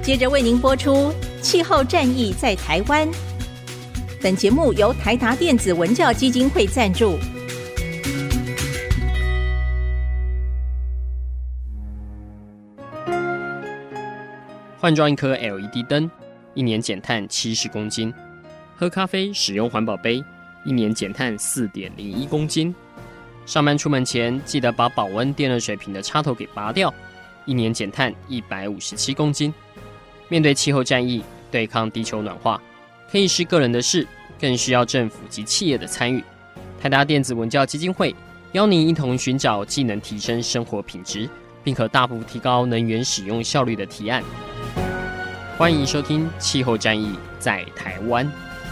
接着为您播出气候战役在台湾。本节目由台达电子文教基金会赞助。 换装一颗 LED 灯，一年减碳70公斤；喝咖啡使用环保杯，一年减碳4.01公斤；上班出门前记得把保温电热水瓶的插头给拔掉，一年减碳157公斤。面对气候战役，对抗地球暖化，可以是个人的事，更需要政府及企业的参与。台达电子文教基金会邀您一同寻找既能提升生活品质，并可大幅提高能源使用效率的提案。欢迎收听《气候战役在台湾》。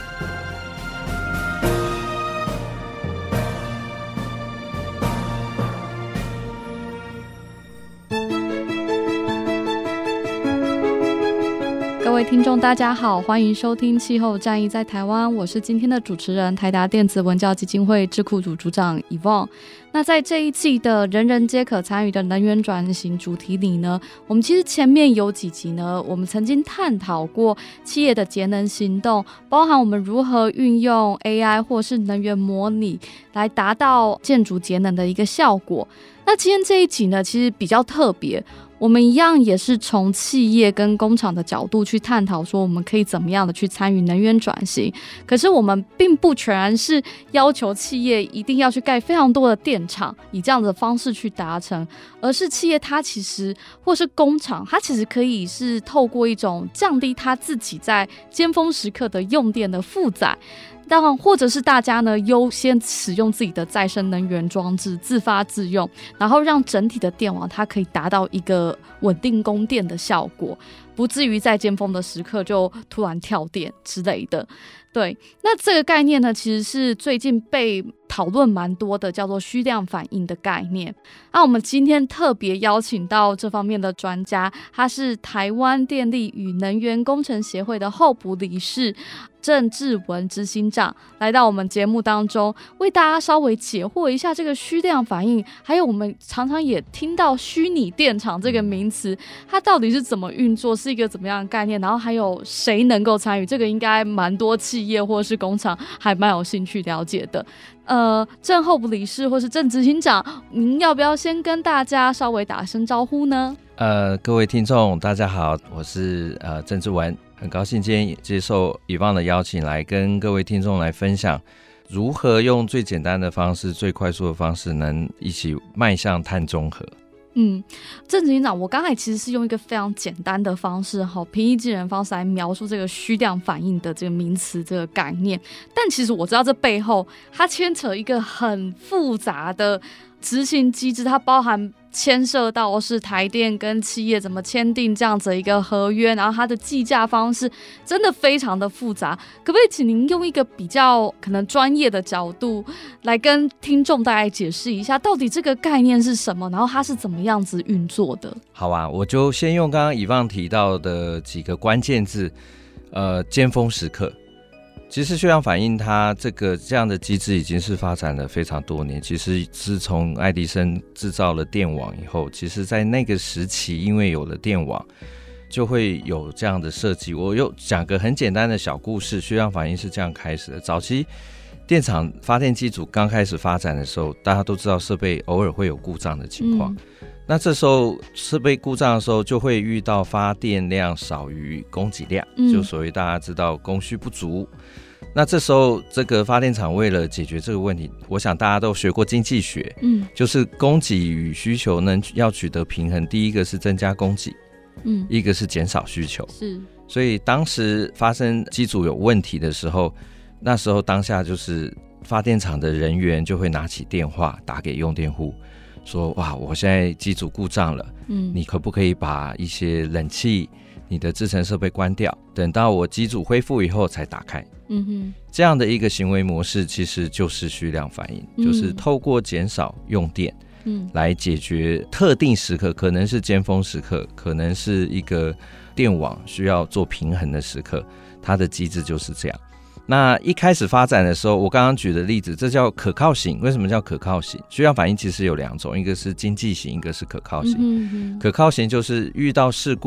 各位听众大家好，欢迎收听气候战役在台湾，我是今天的主持人台达电子文教基金会智库组组长 Yvonne。 那在这一季的人人皆可参与的能源转型主题里呢，我们其实前面有几集呢，我们曾经探讨过企业的节能行动，包含我们如何运用 AI 或是能源模拟来达到建筑节能的一个效果。那今天这一集呢，其实比较特别，我们一样也是从企业跟工厂的角度去探讨说我们可以怎么样的去参与能源转型。可是我们并不全然是要求企业一定要去盖非常多的电厂，以这样的方式去达成，而是企业它其实或是工厂，它其实可以是透过一种降低它自己在尖峰时刻的用电的负载，当然或者是大家呢优先使用自己的再生能源装置，自发自用，然后让整体的电网它可以达到一个稳定供电的效果，不至于在尖峰的时刻就突然跳电之类的。对，那这个概念呢，其实是最近被讨论蛮多的，叫做虚量反应的概念。那我们今天特别邀请到这方面的专家，他是台湾电力与能源工程协会的候补理事郑志文执行长，来到我们节目当中，为大家稍微解惑一下这个虚量反应，还有我们常常也听到虚拟电厂这个名词，它到底是怎么运作，是一个怎么样的概念，然后还有谁能够参与，这个应该蛮多企业或是工厂还蛮有兴趣了解的。郑候补理事或是郑执行长，您要不要先跟大家稍微打声招呼呢？ 各位听众大家好，我是郑志文，很高兴今天接受Yvonne的邀请，来跟各位听众来分享如何用最简单的方式、最快速的方式，能一起迈向碳中和。 郑执行长，我刚才其实是用一个非常简单的方式，平易近人方式来描述这个虚量反应的这个名词、这个概念，但其实我知道这背后它牵扯一个很复杂的执行机制，它包含牵涉到是台电跟企业怎么签订这样子一个合约，然后它的计价方式真的非常的复杂。可不可以请您用一个比较可能专业的角度来跟听众大概解释一下，到底这个概念是什么，然后它是怎么样子运作的？ 好啊，我就先用刚刚Yvonne提到的几个关键字，尖峰时刻。其实虚量反应它这样的机制已经是发展了非常多年，其实是从爱迪生制造了电网以后，其实在那个时期因为有了电网就会有这样的设计。我又讲个很简单的小故事，虚量反应是这样开始的。早期电厂发电机组刚开始发展的时候，大家都知道设备偶尔会有故障的情况，那这时候设备故障的时候就会遇到发电量少于供给量，就所谓大家知道供需不足。那这时候这个发电厂为了解决这个问题，我想大家都学过经济学，就是供给与需求要取得平衡，第一个是增加供给，一个是减少需求。是，所以当时发生机组有问题的时候，那时候当下就是发电厂的人员就会拿起电话打给用电户，说哇，我现在机组故障了，你可不可以把一些冷气、你的制程设备关掉，等到我机组恢复以后才打开。这样的一个行为模式其实就是虚量反应，就是透过减少用电来解决特定时刻，可能是尖峰时刻，可能是一个电网需要做平衡的时刻，它的机制就是这样。那一开始发展的时候，我刚刚举的例子，这叫可靠型。为什么叫可靠型？虚量反应其实有两种，一个是经济型，一个是可靠型。可靠型就是遇到事故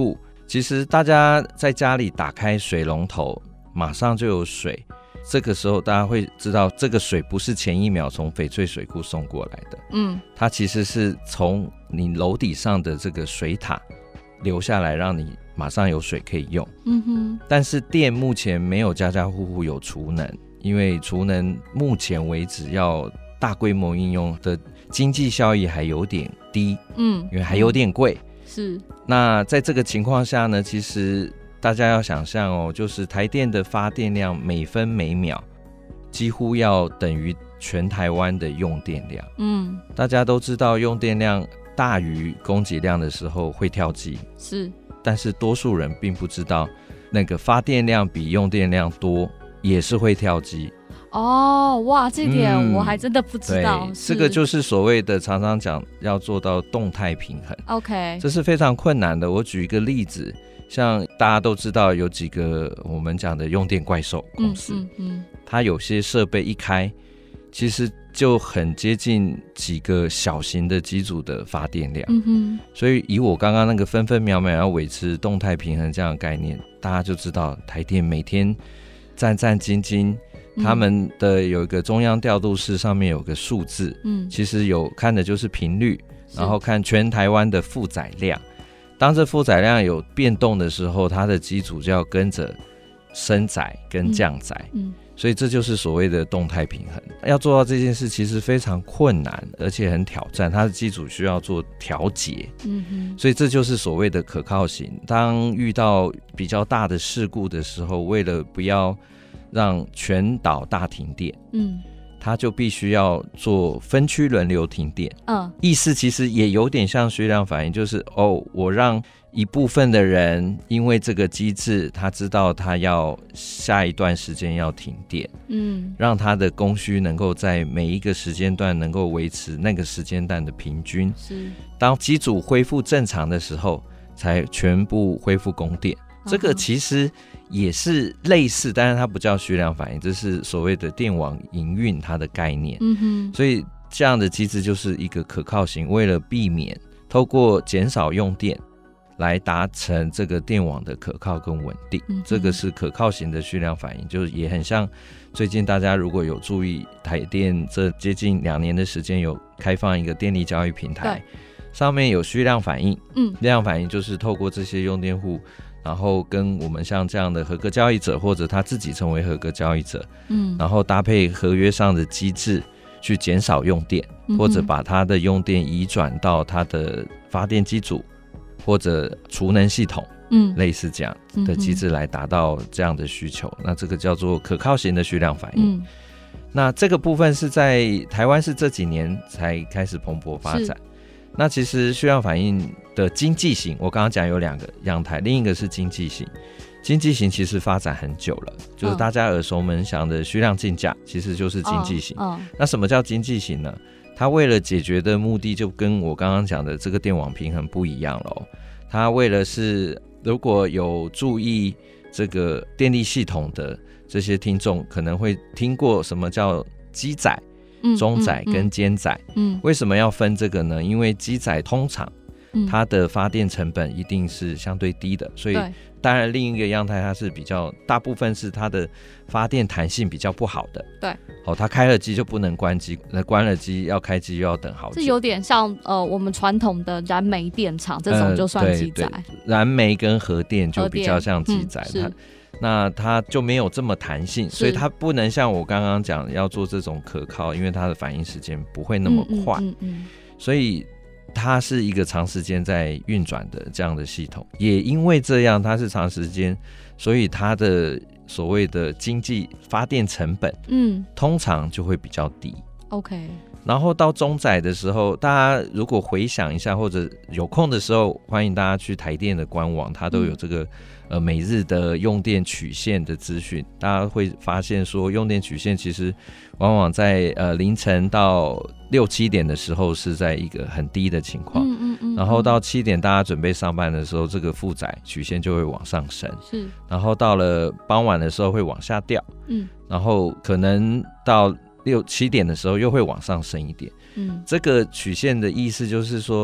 其实大家在家里打开水龙头马上就有水，这个时候大家会知道这个水不是前一秒从翡翠水库送过来的，它其实是从你楼底上的这个水塔流下来，让你马上有水可以用。但是电目前没有家家户户有储能，因为储能目前为止要大规模应用的经济效益还有点低，因为还有点贵。 是。 那在这个情况下呢，其实大家要想象哦，就是台电的发电量每分每秒几乎要等于全台湾的用电量。大家都知道用电量大于供给量的时候会跳机， 是。 但是多数人并不知道那个发电量比用电量多也是会跳机。 哇，这点我还真的不知道。 这个就是所谓的常常讲要做到动态平衡。 OK， 这是非常困难的。我举一个例子，像大家都知道有几个我们讲的用电怪兽公司，它有些设备一开，其实就很接近几个小型的机组的发电量。所以以我刚刚那个分分秒秒要维持动态平衡这样的概念，大家就知道台电每天战战兢兢，他们的有一个中央调度室，上面有个数字，其实有看的就是频率，然后看全台湾的负载量。当这负载量有变动的时候，它的机组就要跟着升载跟降载。所以这就是所谓的动态平衡。要做到这件事其实非常困难，而且很挑战，它的机组需要做调节。所以这就是所谓的可靠性。当遇到比较大的事故的时候，为了不要让全岛大停电，它就必须要做分区轮流停电。意思其实也有点像虚量反应，就是我让一部分的人因为这个机制，他知道他要下一段时间要停电，让他的供需能够在每一个时间段能够维持那个时间段的平均。是，当机组恢复正常的时候，才全部恢复供电。这个其实也是类似，但是它不叫虚量反应，这是所谓的电网营运它的概念。所以这样的机制就是一个可靠性，为了避免透过减少用电来达成这个电网的可靠跟稳定，这个是可靠型的虚量反应。就是也很像最近大家如果有注意，台电这接近2年的时间有开放一个电力交易平台，上面有虚量反应。量反应就是透过这些用电户，然后跟我们像这样的合格交易者，或者他自己成为合格交易者，然后搭配合约上的机制去减少用电，或者把他的用电移转到他的发电机组或者储能系统，类似这样的机制来达到这样的需求。那这个叫做可靠型的虚量反应。那这个部分是在台湾是这几年才开始蓬勃发展。那其实虚量反应的经济型，我刚刚讲有2个样态，另一个是经济型。经济型其实发展很久了，就是大家耳熟能详的虚量竞价，其实就是经济型。那什么叫经济型呢？它为了解决的目的就跟我刚刚讲的这个电网平衡不一样了。它为了是，如果有注意这个电力系统的这些听众可能会听过什么叫基载、中载跟尖载。为什么要分这个呢？因为基载通常它的发电成本一定是相对低的，所以当然另一个样态它是比较大部分是它的发电弹性比较不好的。对，它开了机就不能关机，那关了机要开机又要等好久。这有点像我们传统的燃煤电厂这种就算基载。 燃煤跟核电就比较像基载。那它就没有这么弹性，所以它不能像我刚刚讲要做这种可靠，因为它的反应时间不会那么快。所以它是一个长时间在运转的这样的系统，也因为这样它是长时间，所以它的所谓的经济发电成本通常就会比较低。OK， 然后到中载的时候，大家如果回想一下，或者有空的时候欢迎大家去台电的官网，它都有这个每日的用电曲线的资讯。大家会发现说用电曲线其实往往在凌晨到6、7点的时候是在一个很低的情况，然后到7点大家准备上班的时候，这个负载曲线就会往上升，是，然后到了傍晚的时候会往下掉，然后可能到6、7点的时候又会往上升一点。这个曲线的意思就是说，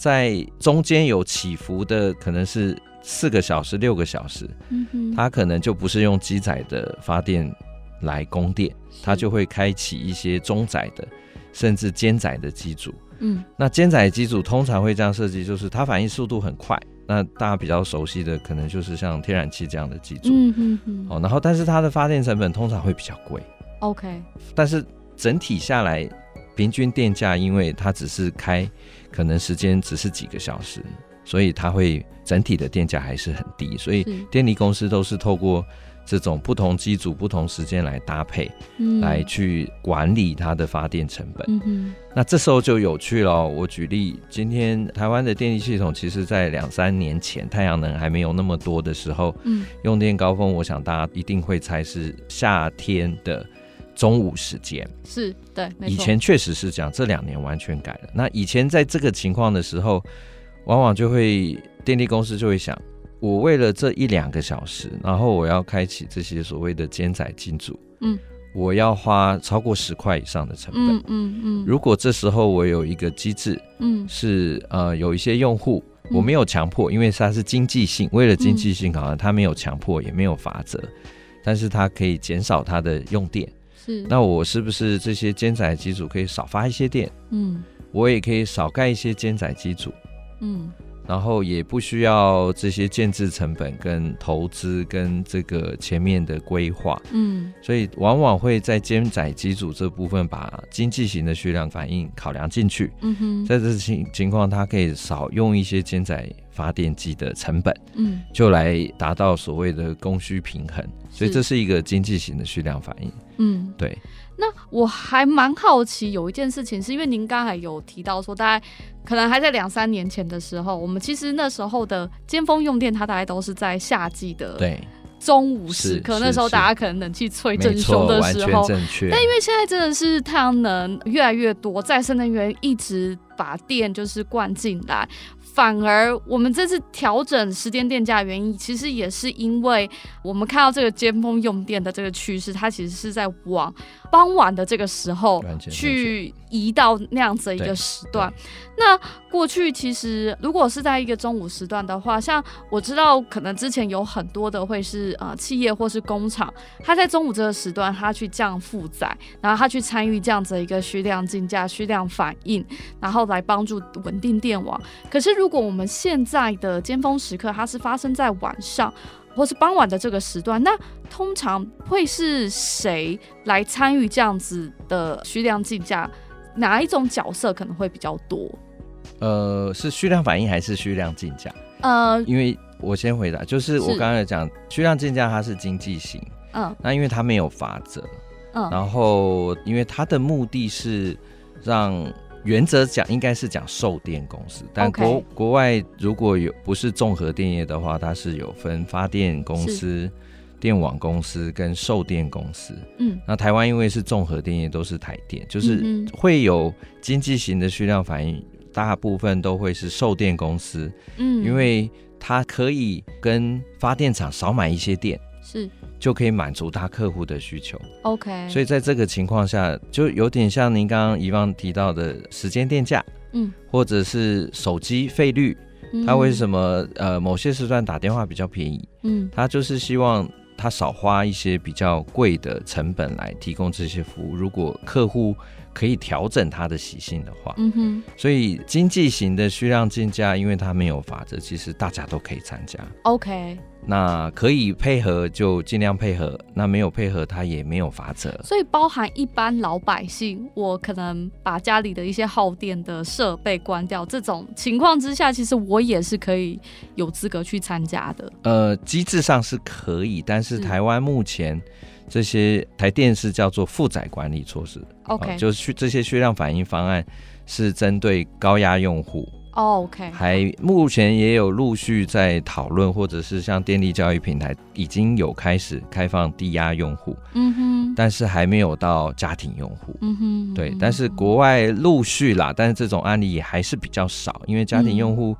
在中间有起伏的可能是4个小时6个小时，它可能就不是用机载的发电来供电，它就会开启一些中载的甚至肩载的机组。那肩载机组通常会这样设计，就是它反应速度很快，那大家比较熟悉的可能就是像天然气这样的机组，然后但是它的发电成本通常会比较贵。 OK， 但是整体下来平均电价，因为它只是开可能时间只是几个小时，所以它会整体的电价还是很低，所以电力公司都是透过这种不同机组不同时间来搭配，来去管理它的发电成本。那这时候就有趣了，我举例，今天台湾的电力系统其实在2-3年前太阳能还没有那么多的时候，用电高峰我想大家一定会猜是夏天的中午时间。是，对，没错，以前确实是这样，这2年完全改了。那以前在这个情况的时候，往往就会电力公司就会想，我为了这1-2个小时，然后我要开启这些所谓的肩载机组，我要花超过10块以上的成本。如果这时候我有一个机制，是有一些用户我没有强迫，因为它是经济性，为了经济性好像它没有强迫也没有法则，但是它可以减少它的用电。是，那我是不是这些肩载机组可以少发一些电？我也可以少盖一些肩载机组。然后也不需要这些建制成本跟投资跟这个前面的规划，所以往往会在肩载机组这部分把经济型的蓄量反应考量进去，在这情况它可以少用一些肩载发电机的成本，就来达到所谓的供需平衡，所以这是一个经济型的蓄量反应。对。 那我还蛮好奇有一件事情，是因为您刚才有提到说大概可能还在2-3年前的时候，我们其实那时候的尖峰用电它大概都是在夏季的中午时刻，那时候大家可能冷气吹正凶的时候，但因为现在真的是太阳能越来越多，再生能源一直把电就是灌进来，反而我们这次调整时间电价的原因，其实也是因为我们看到这个尖峰用电的这个趋势，它其实是在往傍晚的这个时候去移到那样子的一个时段。那过去其实如果是在一个中午时段的话，像我知道可能之前有很多的会是企业或是工厂，它在中午这个时段它去这样负载，然后它去参与这样子的一个需量竞价、需量反应，然后来帮助稳定电网。可是如果我们现在的尖峰时刻它是发生在晚上或是傍晚的这个时段，那通常会是谁来参与这样子的需量竞价？哪一种角色可能会比较多？ 是需量反应还是需量竞价？因为我先回答，就是我刚才讲需量竞价它是经济型，那因为它没有法则，然后因为它的目的是让原则讲应该是讲售电公司，但国外如果有不是综合电业的话，它是有分发电公司、电网公司跟售电公司。那台湾因为是综合电业，都是台电，就是会有经济型的需量反应，大部分都会是售电公司，因为它可以跟发电厂少买一些电，是就可以满足他客户的需求。OK， 所以在这个情况下，就有点像您刚刚遗忘提到的时间电价，或者是手机费率，他为什么某些时段打电话比较便宜？他就是希望他少花一些比较贵的成本来提供这些服务。如果客户可以调整他的习性的话，所以经济型的需量竞价，因为它没有法则，其实大家都可以参加。OK， 那可以配合就尽量配合，那没有配合它也没有法则。 所以包含一般老百姓，我可能把家里的一些耗电的设备关掉，这种情况之下，其实我也是可以有资格去参加的。 机制上是可以，但是台湾目前这些台电是叫做负载管理措施。OK， 就是这些需量反应方案是针对高压用户。OK， 还目前也有陆续在讨论，或者是像电力教育平台已经有开始开放低压用户，但是还没有到家庭用户。对，但是国外陆续啦，但是这种案例也还是比较少，因为家庭用户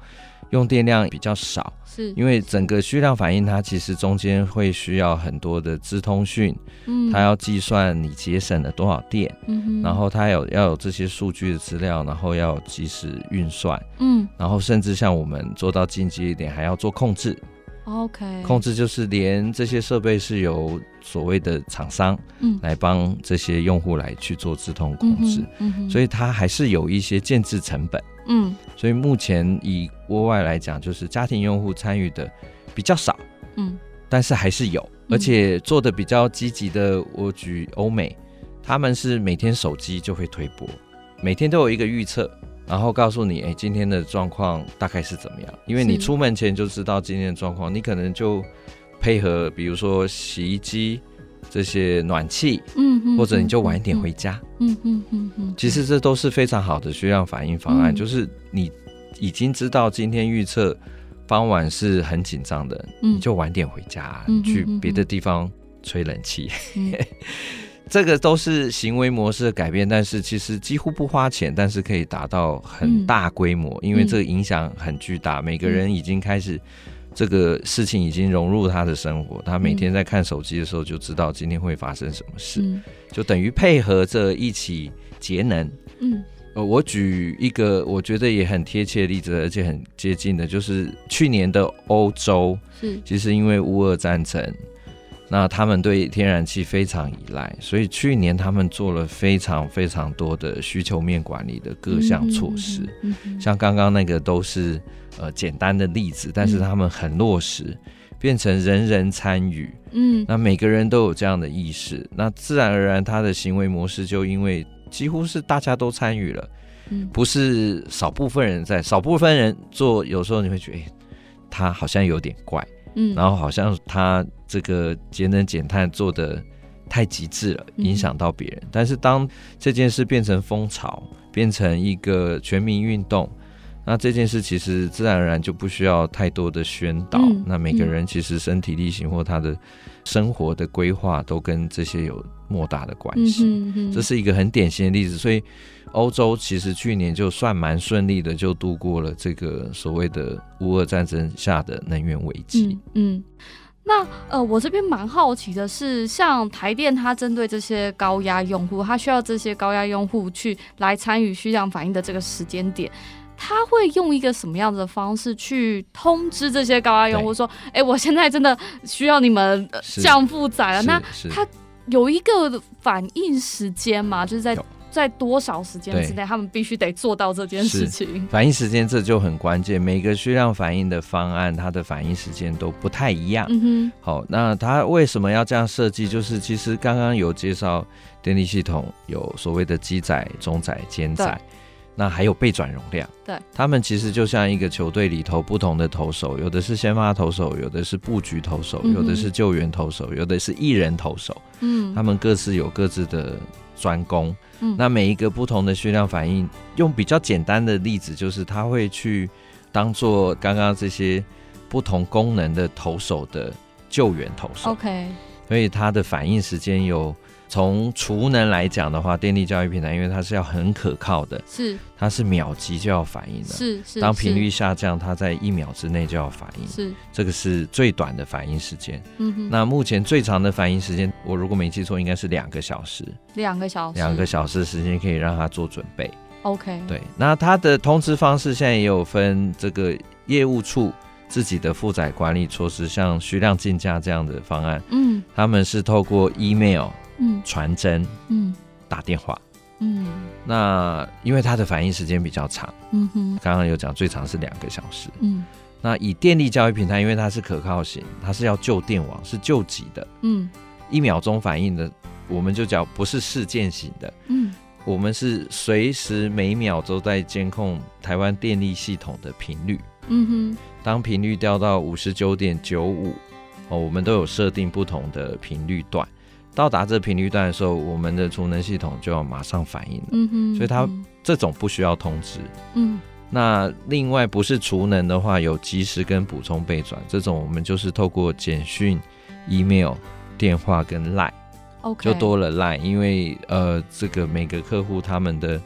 用电量比较少， 是因为整个虚量反应它其实中间会需要很多的资通讯，它要计算你节省了多少电，然后它要有这些数据的资料，然后要及时运算，然后甚至像我们做到进阶一点还要做控制。 OK， 控制就是连这些设备是由所谓的厂商来帮这些用户来去做自动控制，所以它还是有一些建制成本。所以目前以国外来讲，就是家庭用户参与的比较少，但是还是有，而且做的比较积极的，我举欧美，他们是每天手机就会推播，每天都有一个预测，然后告诉你今天的状况大概是怎么样，因为你出门前就知道今天的状况，你可能就配合比如说洗衣机这些暖气，或者你就晚一点回家，其实这都是非常好的虚量反应方案，就是你已经知道今天预测傍晚是很紧张的，你就晚点回家，去别的地方吹冷气，这个都是行为模式的改变，但是其实几乎不花钱，但是可以达到很大规模，因为这个影响很巨大，每个人已经开始这个事情已经融入他的生活，他每天在看手机的时候就知道今天会发生什么事，就等于配合着一起节能。我举一个我觉得也很贴切的例子，而且很接近的，就是去年的欧洲，其实因为乌俄战争，那他们对天然气非常依赖，所以去年他们做了非常非常多的需求面管理的各项措施，像刚刚那个都是简单的例子，但是他们很落实，变成人人参与，那每个人都有这样的意识，那自然而然他的行为模式就因为几乎是大家都参与了，不是少部分人在，少部分人做，有时候你会觉得他好像有点怪，然后好像他这个节能减碳做的太极致了，影响到别人，但是当这件事变成风潮，变成一个全民运动，那这件事其实自然而然就不需要太多的宣导，那每个人其实身体力行或他的生活的规划都跟这些有莫大的关系，这是一个很典型的例子，所以欧洲其实去年就算蛮顺利的就度过了这个所谓的乌俄战争下的能源危机。 那我这边蛮好奇的是，像台电它针对这些高压用户，它需要这些高压用户去来参与虚量反应的这个时间点，他会用一个什么样的方式去通知这些高压用户说我现在真的需要你们降负载了，那他有一个反应时间吗？就是在多少时间之内他们必须得做到这件事情？ 反应时间这就很关键，每个虚量反应的方案它的反应时间都不太一样。好，那它为什么要这样设计？就是其实刚刚有介绍电力系统有所谓的基载、中载、间载，那还有备转容量， 对， 他们其实就像一个球队里头不同的投手，有的是先发投手，有的是布局投手，有的是救援投手，有的是一人投手，他们各自有各自的专攻，那每一个不同的虚量反应，用比较简单的例子，就是他会去当做刚刚这些不同功能的投手的救援投手 ，OK， 所以它的反应时间有。从储能来讲的话，电力教育平台因为它是要很可靠的，它是秒级就要反应的，当频率下降，它在1秒之内就要反应，这个是最短的反应时间。那目前最长的反应时间，我如果没记错，应该是2个小时，2个小时的时间可以让它做准备。 OK， 对，那它的通知方式现在也有分这个业务处自己的负载管理措施，像虚量竞价这样的方案，他们是透过 email。传真，打电话，那因为它的反应时间比较长，刚刚有讲最长是2个小时，那以电力教育平台，因为它是可靠型，它是要救电网，是救急的，1秒钟反应的，我们就讲不是事件型的，我们是随时每秒都在监控台湾电力系统的频率，当频率掉到59.95，我们都有设定不同的频率段。到达这频率段的时候，我们的储能系统就要马上反应了，所以它这种不需要通知。那另外不是储能的话，有即时跟补充备转，这种我们就是透过简讯、email、电话跟 LINE， 就多了 LINE， 因为这个每个客户他们的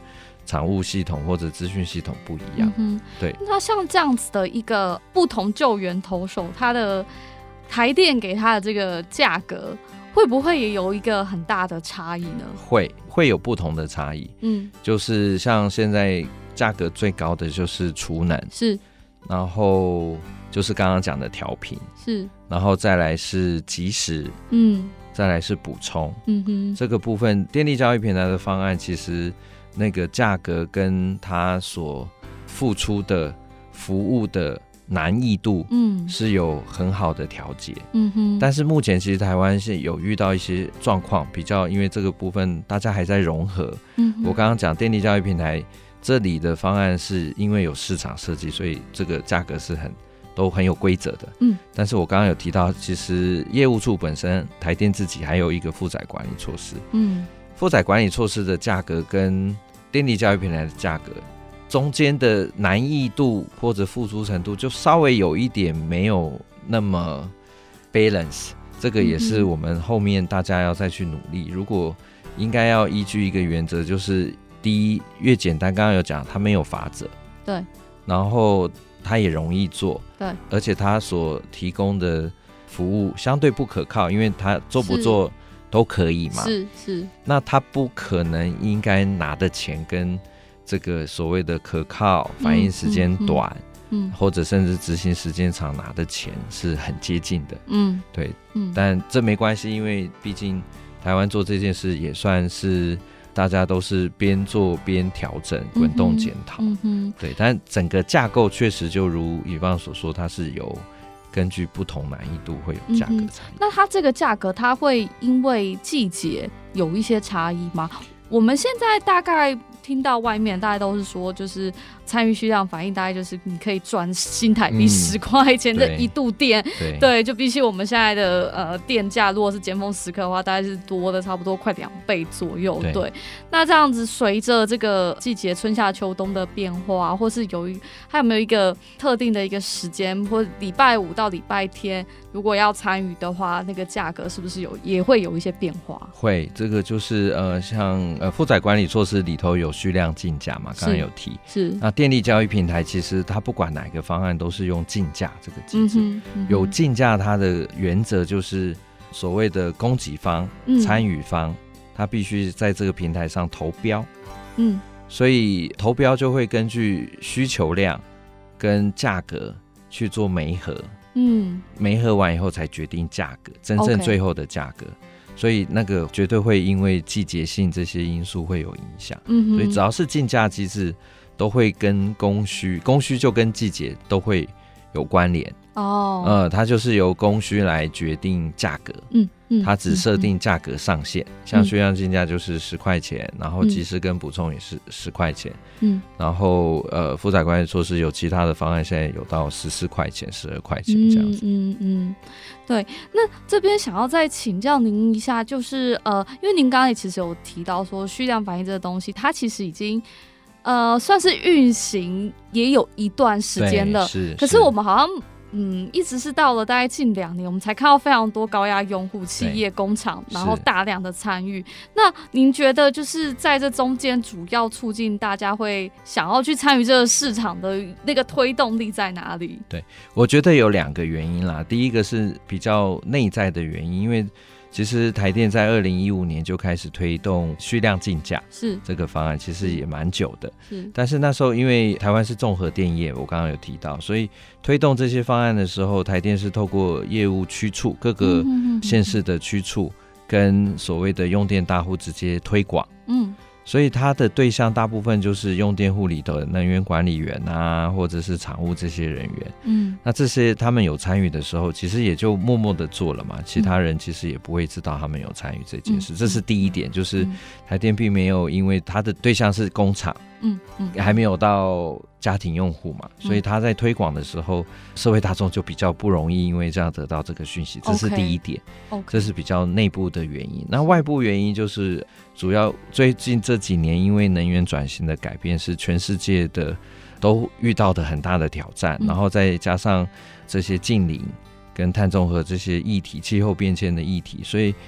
产物系统或者资讯系统不一样。对。 那像这样子的一个不同救援投手，它的台电给它的这个价格，会不会也有一个很大的差异呢？会有不同的差异。就是像现在价格最高的就是储能，是，然后就是刚刚讲的调频，是，然后再来是即时，再来是补充。这个部分电力交易平台的方案，其实那个价格跟它所付出的服务的难易度是有很好的调节。但是目前其实台湾是有遇到一些状况，比较因为这个部分大家还在融合。我刚刚讲电力交易平台这里的方案是因为有市场设计，所以这个价格是都很有规则的。但是我刚刚有提到，其实业务处本身台电自己还有一个负载管理措施。负载管理措施的价格跟电力交易平台的价格中间的难易度或者付出程度就稍微有一点没有那么 balance， 这个也是我们后面大家要再去努力。如果应该要依据一个原则，就是第一，越简单，刚刚有讲它没有法则，对，然后它也容易做，对，而且它所提供的服务相对不可靠，因为它做不做都可以嘛，是，那它不可能应该拿的钱跟这个所谓的可靠、反应时间短，或者甚至执行时间长拿的钱是很接近的。对，但这没关系，因为毕竟台湾做这件事也算是大家都是边做边调整、滚动检讨。对，但整个架构确实就如以方所说，它是有根据不同难易度会有价格差异。 那它这个价格，它会因为季节有一些差异吗？我们现在大概听到外面大概都是说，就是参与蓄量反应，大概就是你可以赚新台币10块钱的一度电，对，就比起我们现在的电价，如果是尖峰时刻的话，大概是多的差不多快2倍左右。对，那这样子随着这个季节春夏秋冬的变化，或是还有没有一个特定的一个时间，或礼拜5到礼拜天，如果要参与的话，那个价格是不是也会有一些变化？会， 这个就是像负载管理措施里头有蓄量竞价嘛，刚刚有提。是，那电力交易平台其实它不管哪个方案都是用竞价这个机制。有竞价，它的原则就是所谓的供给方、参与方，它必须在这个平台上投标。所以投标就会根据需求量跟价格去做媒合。媒合完以后才决定价格，真正最后的价格。所以那个绝对会因为季节性这些因素会有影响。所以只要是竞价机制都会跟供需就跟季节都会有关联。它就是由供需来决定价格。它只设定价格上限，像蓄量竞价就是10块钱，然后即时跟补充也是10块钱。然后负载管理措施有其他的方案，现在有到14块钱、12块钱这样子。 对，那这边想要再请教您一下，就是因为您刚刚也其实有提到说蓄量反应这个东西，它其实已经算是运行也有一段时间了，可是我们好像一直是到了大概近2年，我们才看到非常多高压用户、企业、工厂，然后大量的参与。那您觉得就是在这中间，主要促进大家会想要去参与这个市场的那个推动力在哪里？对， 我觉得有2个原因啦。第一个是比较内在的原因，因为其实台电在2015年就开始推动蓄量竞价这个方案，其实也蛮久的。但是那时候因为台湾是综合电业，我刚刚有提到，所以推动这些方案的时候，台电是透过业务区处各个县市的区处跟所谓的用电大户直接推广。所以它的对象大部分就是用电户里头的能源管理员啊，或者是厂务这些人员。那这些他们有参与的时候，其实也就默默的做了嘛，其他人其实也不会知道他们有参与这件事。这是第一点，就是台电并没有因为他的对象是工厂，还没有到家庭用户嘛，所以他在推广的时候，社会大众就比较不容易因为这样得到这个讯息。这是第一点，这是比较内部的原因。那外部原因就是主要最近这几年因为能源转型的改变，是全世界的都遇到的很大的挑战，然后再加上这些净零跟碳中和这些议题、气候变迁的议题，所以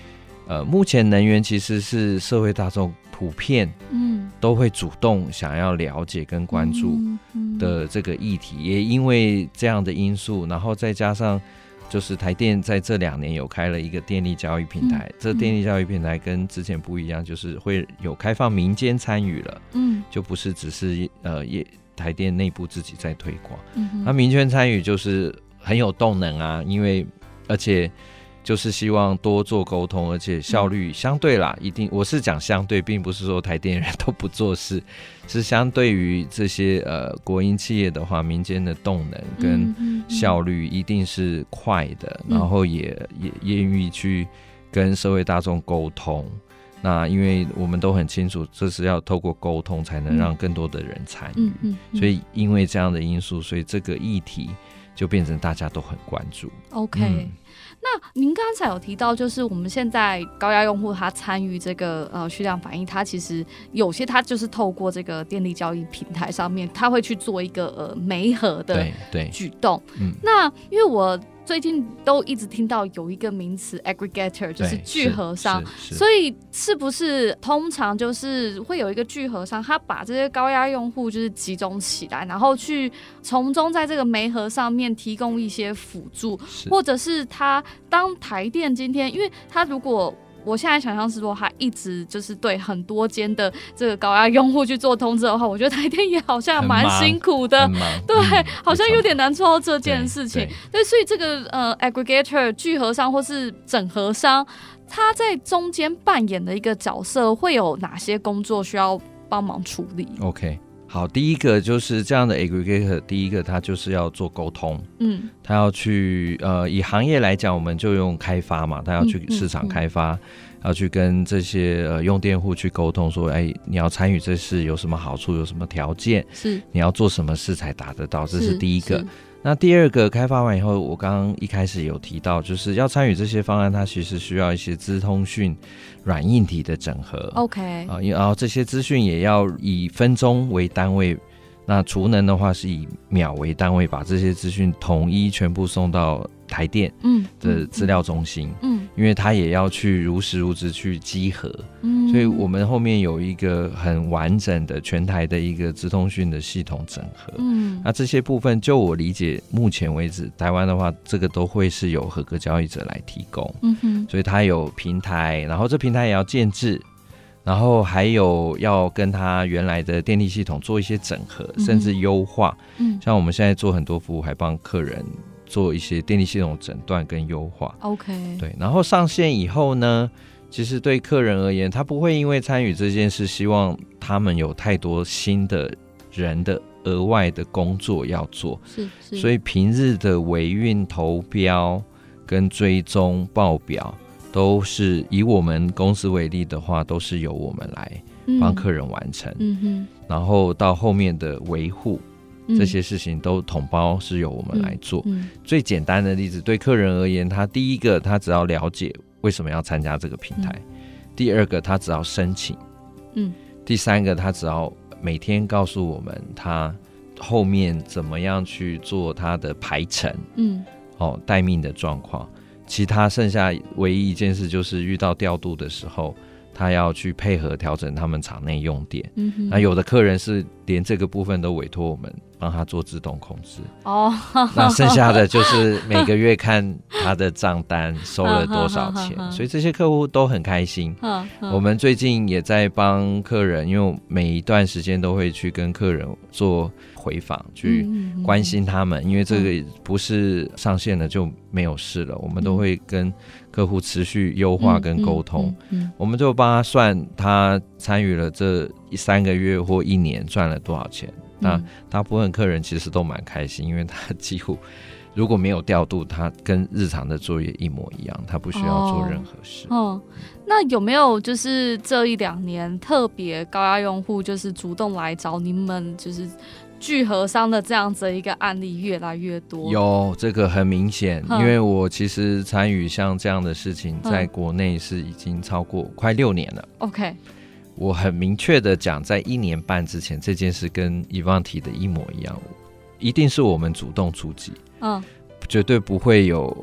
目前能源其实是社会大众普遍都会主动想要了解跟关注的这个议题，也因为这样的因素，然后再加上就是台电在这2年有开了一个电力教育平台，这电力教育平台跟之前不一样，就是会有开放民间参与了，就不是只是台电内部自己在推广，那民间参与就是很有动能啊，因为而且就是希望多做沟通，而且效率相对啦，一定我是讲相对，并不是说台电人都不做事，是相对于这些国营企业的话，民间的动能跟效率一定是快的，然后也愿意去跟社会大众沟通。那因为我们都很清楚，这是要透过沟通才能让更多的人参与，所以因为这样的因素，所以这个议题就变成大家都很关注。 OK。那您刚才有提到，就是我们现在高压用户他参与这个蓄量反应，他其实有些他就是透过这个电力交易平台上面，他会去做一个媒合的举动。那因为我最近都一直听到有一个名词 aggregator， 就是聚合商，所以是不是通常就是会有一个聚合商，他把这些高压用户就是集中起来，然后去从中在这个媒合上面提供一些辅助，或者是他当台电今天，因为他如果我现在想象是说，他一直就是对很多间的这个高压用户去做通知的话，我觉得台电也好像蛮辛苦的，对，好像有点难做到这件事情。对，所以这个aggregator 聚合商或是整合商，他在中间扮演的一个角色，会有哪些工作需要帮忙处理 ？OK。好，第一个就是这样的 aggregator， 第一个他就是要做沟通，他要去以行业来讲，我们就用开发嘛，他要去市场开发，要去跟这些用电户去沟通说，你要参与这事有什么好处，有什么条件，是你要做什么事才达得到，这是第一个。那第二个开发完以后，我刚刚一开始有提到，就是要参与这些方案，它其实需要一些资通讯软硬体的整合 OK 然后这些资讯也要以分钟为单位，那储能的话是以秒为单位，把这些资讯统一全部送到台电的资料中心，因为它也要去如实如实去稽核，所以我们后面有一个很完整的全台的一个资通讯的系统整合，那这些部分就我理解目前为止台湾的话，这个都会是由合格交易者来提供，所以它有平台，然后这平台也要建制，然后还有要跟他原来的电力系统做一些整合，甚至优化，像我们现在做很多服务还帮客人做一些电力系统诊断跟优化 OK 对，然后上线以后呢，其实对客人而言，他不会因为参与这件事希望他们有太多新的人的额外的工作要做，所以平日的维运投标跟追踪报表都是以我们公司为例的话，都是由我们来帮客人完成，然后到后面的维护这些事情都统包是由我们来做，最简单的例子，对客人而言，他第一个他只要了解为什么要参加这个平台，第二个他只要申请，第三个他只要每天告诉我们他后面怎么样去做他的排程，待命的状况，其他剩下唯一一件事就是遇到调度的时候，他要去配合调整他们场内用电，那有的客人是连这个部分都委托我们帮他做自动控制，那剩下的就是每个月看他的账单收了多少钱所以这些客户都很开心我们最近也在帮客人，因为每一段时间都会去跟客人做回访，去关心他们，因为这个不是上线了就没有事了，我们都会跟客户持续优化跟沟通，我们就帮他算他参与了这3个月或1年赚了多少钱，那大部分客人其实都蛮开心，因为他几乎如果没有调度，他跟日常的作业一模一样，他不需要做任何事。 那有没有就是这1-2年特别高压用户就是主动来找你们就是聚合商的这样子的一个案例越来越多？有， 这个很明显，因为我其实参与像这样的事情在国内是已经超过快6年了。 OK， 我很明确的讲，在1年半之前这件事跟Yvonne提的一模一样，一定是我们主动出击，绝对不会有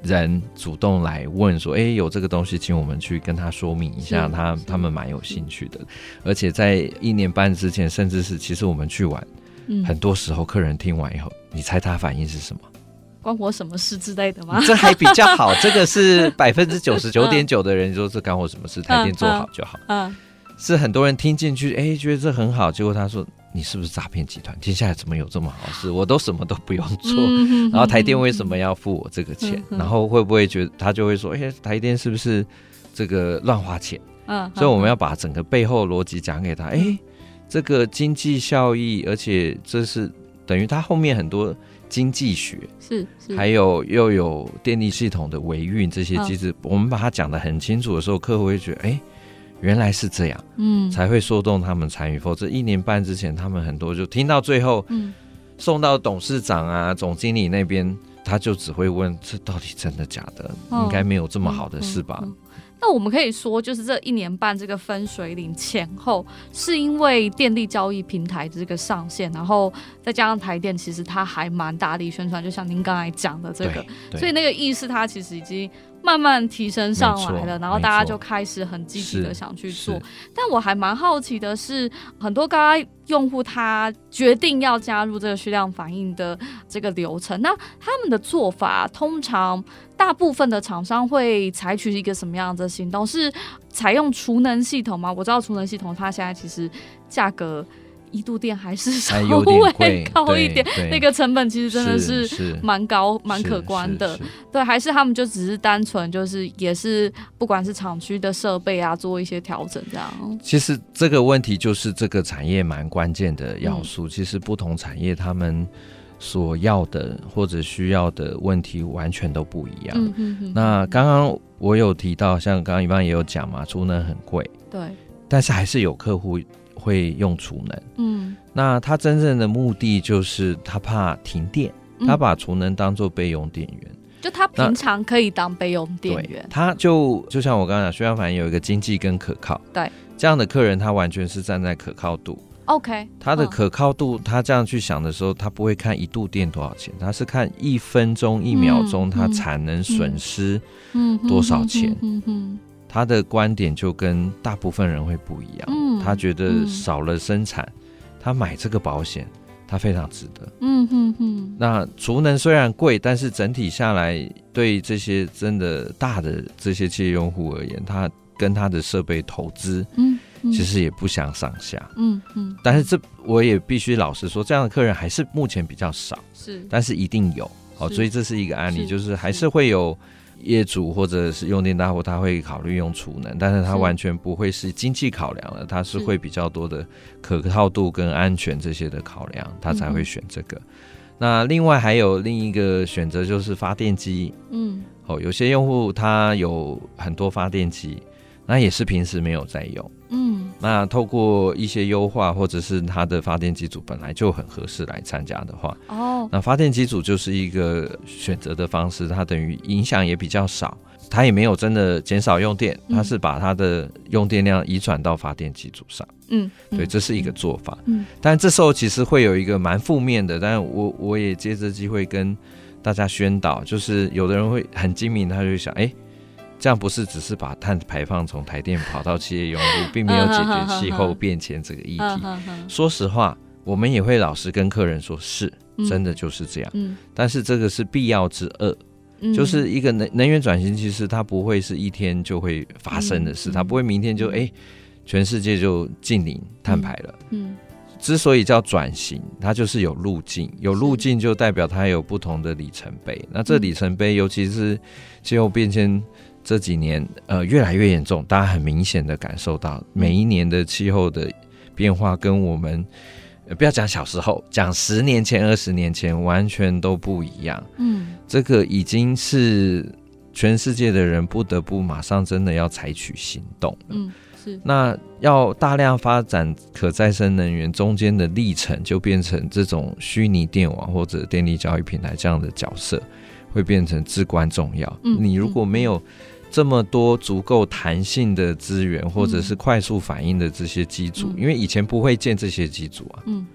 人主动来问说有这个东西请我们去跟他说明一下，他们蛮有兴趣的。而且在1年半之前，甚至是其实我们去玩，很多时候客人听完以后，你猜他反应是什么？ 关我什么事之类的吗？ 这还比较好，这个是99.9%的人说这干我什么事，台电做好就好。是很多人听进去觉得这很好，结果他说你是不是诈骗集团？接下来怎么有这么好事？我都什么都不用做，然后台电为什么要付我这个钱？然后会不会觉得他就会说台电是不是这个乱花钱？所以我们要把整个背后逻辑讲给他。这个经济效益，而且这是等于他后面很多经济学是还有又有电力系统的维运这些机制，我们把它讲得很清楚的时候，客户会觉得原来是这样，才会说动他们参与。否则1年半之前，他们很多就听到最后，送到董事长啊、总经理那边，他就只会问：这到底真的假的？应该没有这么好的事吧？ 那我们可以说，就是这1年半这个分水岭前后，是因为电力交易平台这个上线，然后再加上台电，其实它还蛮大力宣传，就像您刚才讲的这个，所以那个意识它其实已经慢慢提升上来了，然后大家就开始很积极的想去做。但我还蛮好奇的是，很多刚刚用户他决定要加入这个虚量反应的这个流程，那他们的做法通常大部分的厂商会采取一个什么样的行动？是采用储能系统吗？我知道储能系统它现在其实价格1度电还是稍微高一点，那个成本其实真的是蛮高蛮可观的。对，还是他们就只是单纯就是也是不管是厂区的设备啊做一些调整这样。 其实这个问题就是这个产业蛮关键的要素，其实不同产业他们所要的或者需要的问题完全都不一样。那刚刚我有提到，像刚刚Yvonne也有讲嘛，储能很贵，对，但是还是有客户会用储能。那他真正的目的就是他怕停电，他把储能当作备用电源， 就他平常可以当备用电源， 他就像我刚刚讲，虚量反应有一个经济跟可靠，对，这样的客人他完全是站在可靠度。 OK， 他的可靠度，他这样去想的时候，他不会看1度电多少钱，他是看1分钟1秒钟他产能损失多少钱。他的观点就跟大部分人会不一样，他觉得少了生产，他买这个保险他非常值得。那储能虽然贵，但是整体下来对这些真的大的这些企业用户而言，他跟他的设备投资其实也不相上下。但是这我也必须老实说，这样的客人还是目前比较少，但是一定有。所以这是一个案例，就是还是会有业主或者是用电大户他会考虑用储能，但是他完全不会是经济考量了，他是会比较多的可靠度跟安全这些的考量，他才会选这个。那另外还有另一个选择就是发电机。有些用户他有很多发电机，那也是平时没有在用。那透过一些优化，或者是他的发电机组本来就很合适来参加的话，那发电机组就是一个选择的方式，它等于影响也比较少，它也没有真的减少用电，它是把它的用电量移转到发电机组上。对，这是一个做法。但这时候其实会有一个蛮负面的，但我也借这机会跟大家宣导，就是有的人会很精明，他就会想这样不是只是把碳排放从台电跑到企业用户，并没有解决气候变迁这个议题。说实话，我们也会老实跟客人说，是真的就是这样。但是这个是必要之恶，就是一个能源转型，其实它不会是一天就会发生的事，它不会明天就全世界就净零碳排了。之所以叫转型，它就是有路径，有路径就代表它有不同的里程碑。那这里程碑，尤其是气候变迁这几年越来越严重，大家很明显的感受到每一年的气候的变化跟我们不要讲小时候，讲10年前20年前完全都不一样。这个已经是全世界的人不得不马上真的要采取行动了。那要大量发展可再生能源，中间的历程就变成这种虚拟电网或者电力交易平台这样的角色会变成至关重要。你如果没有这么多足够弹性的资源，或者是快速反应的这些机组，因为以前不会建这些机组啊，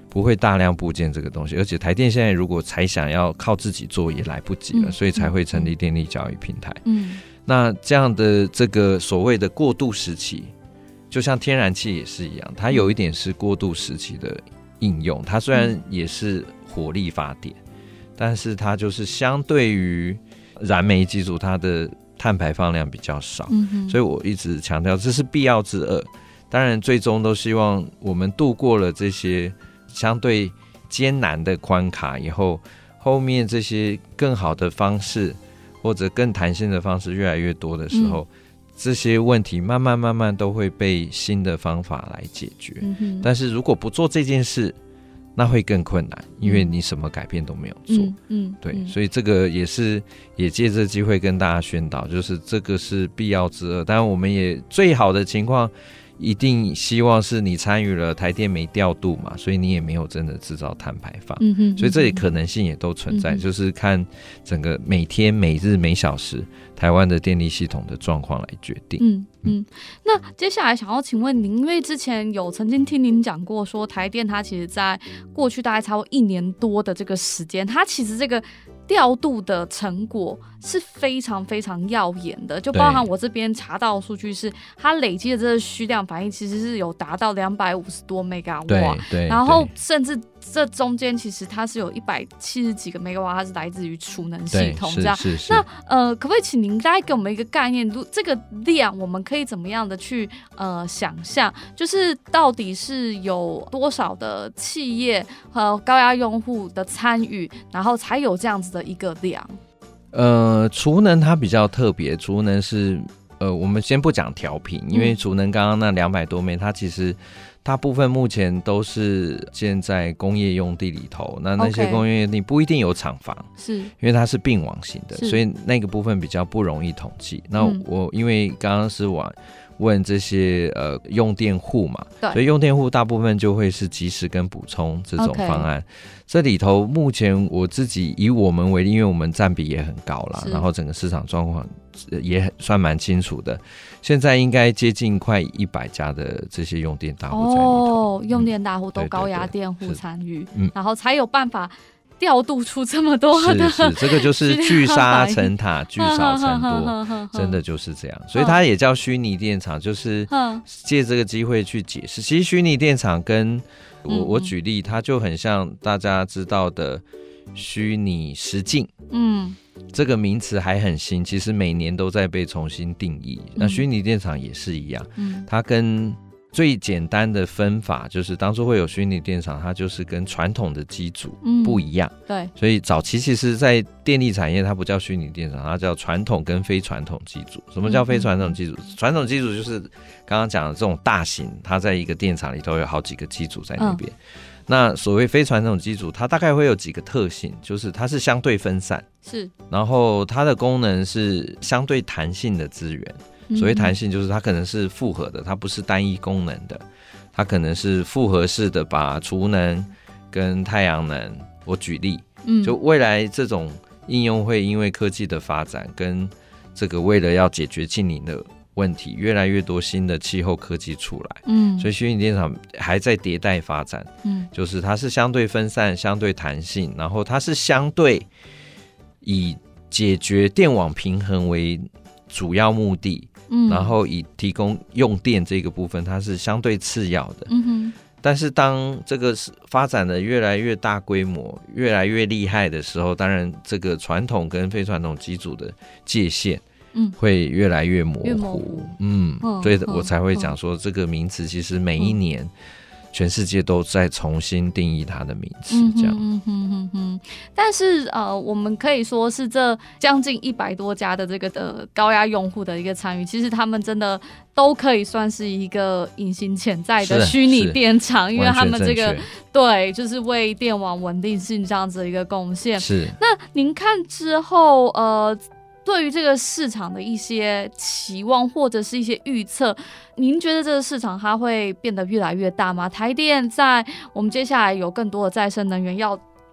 不会大量部件这个东西，而且台电现在如果才想要靠自己做也来不及了，所以才会成立电力交易平台。那这样的这个所谓的过渡时期，就像天然气也是一样，它有一点是过渡时期的应用，它虽然也是火力发电，但是它就是相对于燃煤机组它的碳排放量比较少，所以我一直强调这是必要之恶。当然最终都希望我们度过了这些相对艰难的关卡以后，后面这些更好的方式或者更弹性的方式越来越多的时候，这些问题慢慢都会被新的方法来解决。但是如果不做这件事，那会更困难，因为你什么改变都没有做。对，所以这个也借这机会跟大家宣导，就是这个是必要之恶。当然我们也最好的情况一定希望是你参与了台电没调度嘛，所以你也没有真的制造碳排放。所以这里可能性也都存在，就是看整个每天每日每小时台湾的电力系统的状况来决定。 那接下来想要请问您，因为之前有曾经听您讲过说台电它其实在过去大概超过1年多的这个时间，它其实这个调度的成果是非常非常耀眼的，就包含我这边查到的数据是它累积的这个需量反应其实是有达到250多 megawatt， 然后甚至这中间其实它是有170几个 megawatt 它是来自于储能系统这样。那可不可以请您大概给我们一个概念，这个量我们可以怎么样的去想象，就是到底是有多少的企业和高压用户的参与，然后才有这样子的一个量？ 储能它比较特别，储能是我们先不讲调频，因为储能刚刚那200多枚它其实大部分目前都是建在工业用地里头，那些工业用地不一定有厂房，是因为它是并网型的，所以那个部分比较不容易统计。那我因为刚刚是问这些用电户嘛，所以用电户大部分就会是及时跟补充这种方案。这里头目前我自己以我们为例，因为我们占比也很高啦，然后整个市场状况也算蛮清楚的，现在应该接近快100家的这些用电大户在里头。 用电大户都高压电户参与，然后才有办法调度出这么多的， 是这个就是聚沙成塔，聚少成多，真的就是这样。所以它也叫虚拟电厂，就是借这个机会去解释。其实虚拟电厂跟我举例，它就很像大家知道的虚拟实境。这个名词还很新，其实每年都在被重新定义。那虚拟电厂也是一样，它跟最简单的分法就是当初会有虚拟电厂，它就是跟传统的机组不一样。对，所以早期其实在电力产业它不叫虚拟电厂，它叫传统跟非传统机组。什么叫非传统机组？传统机组就是刚刚讲的这种大型，它在一个电厂里头有好几个机组在那边。那所谓非传统机组，它大概会有几个特性，就是它是相对分散，是，然后它的功能是相对弹性的资源。所谓弹性就是它可能是复合的，它不是单一功能的，它可能是复合式的，把储能跟太阳能，我举例，就未来这种应用会因为科技的发展跟这个为了要解决净零的问题，越来越多新的气候科技出来，所以虚拟电厂还在迭代发展，就是它是相对分散、相对弹性，然后它是相对以解决电网平衡为主要目的，然后以提供用电这个部分它是相对次要的，但是当这个发展的越来越大规模越来越厉害的时候，当然这个传统跟非传统机组的界限会越来越模糊，所以我才会讲说这个名词其实每一年全世界都在重新定义它的名词，这样。 但是我们可以说是这将近100多家的这个高压用户的一个参与，其实他们真的都可以算是一个隐形潜在的虚拟电厂，因为他们这个对就是为电网稳定性这样子的一个贡献。是。那您看之后对于这个市场的一些期望或者是一些预测，您觉得这个市场它会变得越来越大吗？台电在我们接下来有更多的再生能源要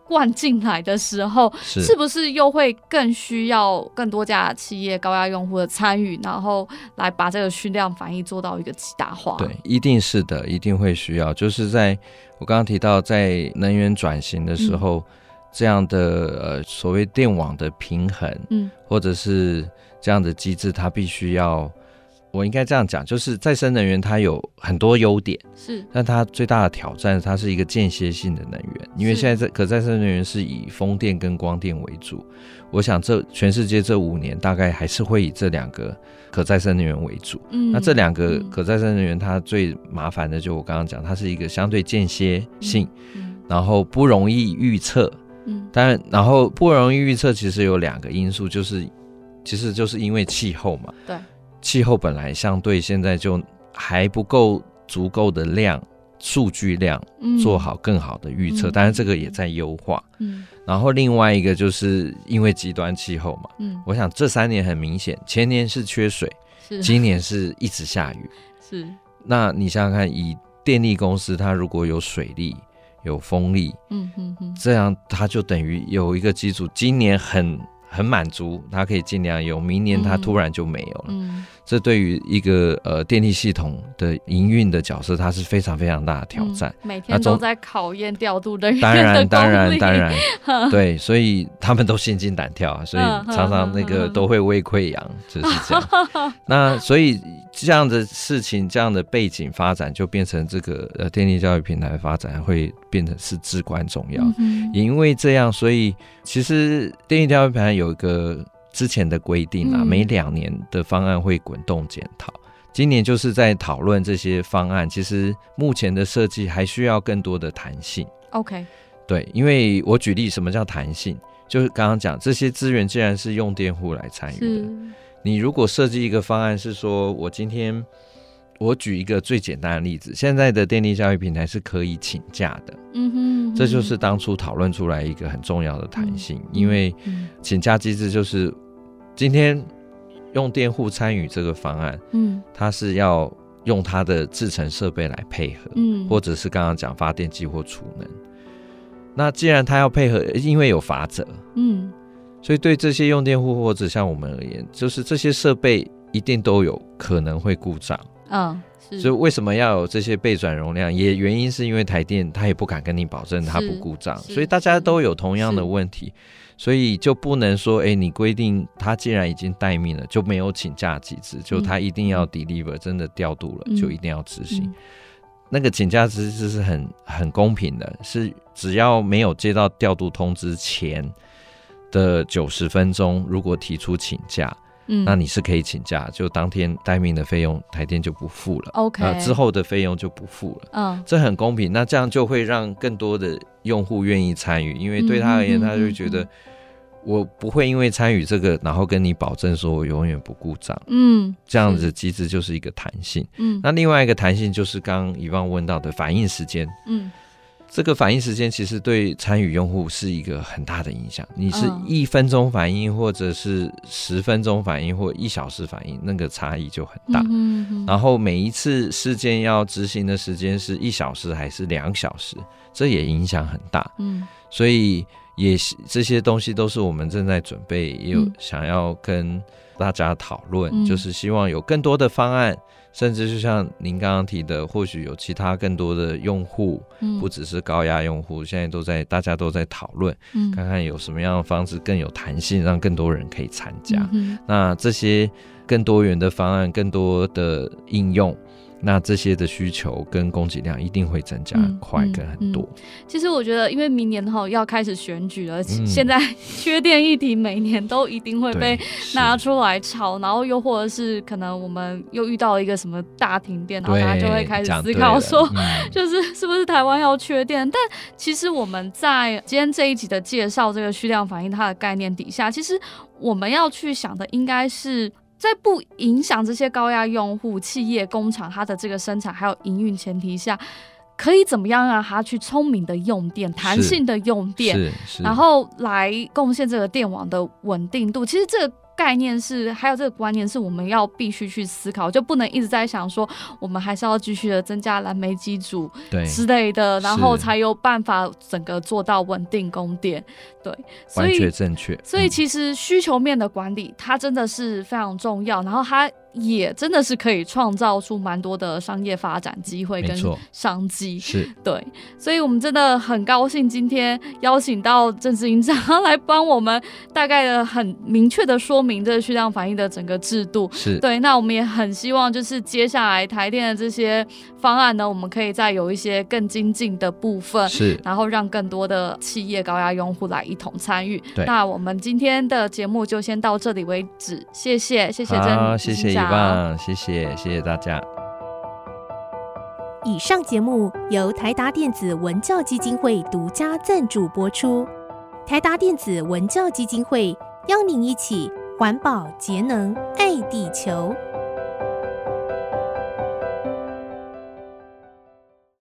灌进来的时候，是不是又会更需要更多家企业高压用户的参与，然后来把这个虚量反应做到一个极大化？ 对，一定是的，一定会需要。就是在我刚刚提到，在能源转型的时候，这样的所谓电网的平衡，或者是这样的机制，它必须要。我应该这样讲，就是再生能源它有很多优点，但它最大的挑战，它是一个间歇性的能源，因为现在可再生能源是以风电跟光电为主。我想全世界这5年大概还是会以这2个可再生能源为主。那这2个可再生能源，它最麻烦的就我刚刚讲，它是一个相对间歇性，然后不容易预测。然后不容易预测，其实有2个因素，其实就是因为气候嘛。对。气候本来相对现在就还不够足够的量，数据量做好更好的预测，当然这个也在优化。然后另外一个就是因为极端气候嘛，我想这3年很明显，前年是缺水，今年是一直下雨。那你想想看，以电力公司它如果有水力有风力，这样它就等于有一个基础，今年很满足，它可以尽量用，明年它突然就没有了。这对于一个电力系统的营运的角色，它是非常非常大的挑战。 每天都在考验调度人员的功力。 当然对，所以他们都心惊胆跳，所以常常那个都会胃溃疡，就是这样。那所以这样的事情，这样的背景发展，就变成这个电力教育平台的发展会变成是至关重要。也因为这样，所以其实电力教育平台有一个之前的规定啊，每2年的方案会滚动检讨。今年就是在讨论这些方案，其实目前的设计还需要更多的弹性。 OK， 对，因为我举例，什么叫弹性？就是刚刚讲这些资源既然是用电户来参与的，你如果设计一个方案是说我举一个最简单的例子，现在的电力教育平台是可以请假的。这就是当初讨论出来一个很重要的弹性，因为请假机制就是今天用电户参与这个方案，它是要用它的制程设备来配合，或者是刚刚讲发电机或储能。那既然它要配合，因为有法则，所以对这些用电户或者像我们而言，就是这些设备一定都有可能会故障。所以为什么要有这些备转容量，也原因是因为台电它也不敢跟你保证它不故障，所以大家都有同样的问题，所以就不能说你规定它既然已经待命了就没有请假机制，就它一定要 deliver， 真的调度了就一定要执行。那个请假机制是很公平的，是只要没有接到调度通知前的90分钟，如果提出请假，那你是可以请假，就当天待命的费用台电就不付了。OK，之后的费用就不付了。这很公平。那这样就会让更多的用户愿意参与，因为对他而言，他就觉得我不会因为参与这个，然后跟你保证说我永远不故障。这样子机制就是一个弹性。那另外一个弹性就是刚刚Yvonne问到的反应时间。这个反应时间其实对参与用户是一个很大的影响。你是1分钟反应，或者是10分钟反应，或1小时反应，那个差异就很大。然后每一次事件要执行的时间是1小时还是2小时，这也影响很大。所以这些东西都是我们正在准备，也有想要跟大家讨论，就是希望有更多的方案，甚至就像您刚刚提的，或许有其他更多的用户，不只是高压用户，现在大家都在讨论，看看有什么样的方式更有弹性，让更多人可以参加。那这些更多元的方案，更多的应用，那这些的需求跟供给量一定会增加很快跟很多。 其实我觉得因为明年要开始选举了，现在缺电议题每年都一定会被拿出来炒，然后又或者是可能我们又遇到一个什么大停电，然后大家就会开始思考说就是是不是台湾要缺电。但其实我们在今天这一集的介绍这个虚量反应它的概念底下，其实我们要去想的应该是在不影响这些高压用户、企业、工厂它的这个生产还有营运前提下，可以怎么样让它去聪明的用电、弹性的用电，然后来贡献这个电网的稳定度。其实这个概念是，还有这个观念是我们要必须去思考，就不能一直在想说我们还是要继续的增加燃煤机组之类的，然后才有办法整个做到稳定供电。对，所以完全正确。 所以其实需求面的管理它真的是非常重要，然后它也真的是可以创造出蛮多的商业发展机会跟商机。 是， 对，所以我们真的很高兴今天邀请到郑志英长来帮我们大概的很明确的说明这个蓄量反应的整个制度。 是， 对，那我们也很希望就是接下来台电的这些方案呢，我们可以再有一些更精进的部分， 是， 然后让更多的企业高压用户来一同参与。 对， 那我们今天的节目就先到这里为止，谢谢郑， 谢谢以望，谢谢大家。 以上节目由台达电子文教基金会独家赞助播出。台达电子文教基金会邀您一起环保节能爱地球。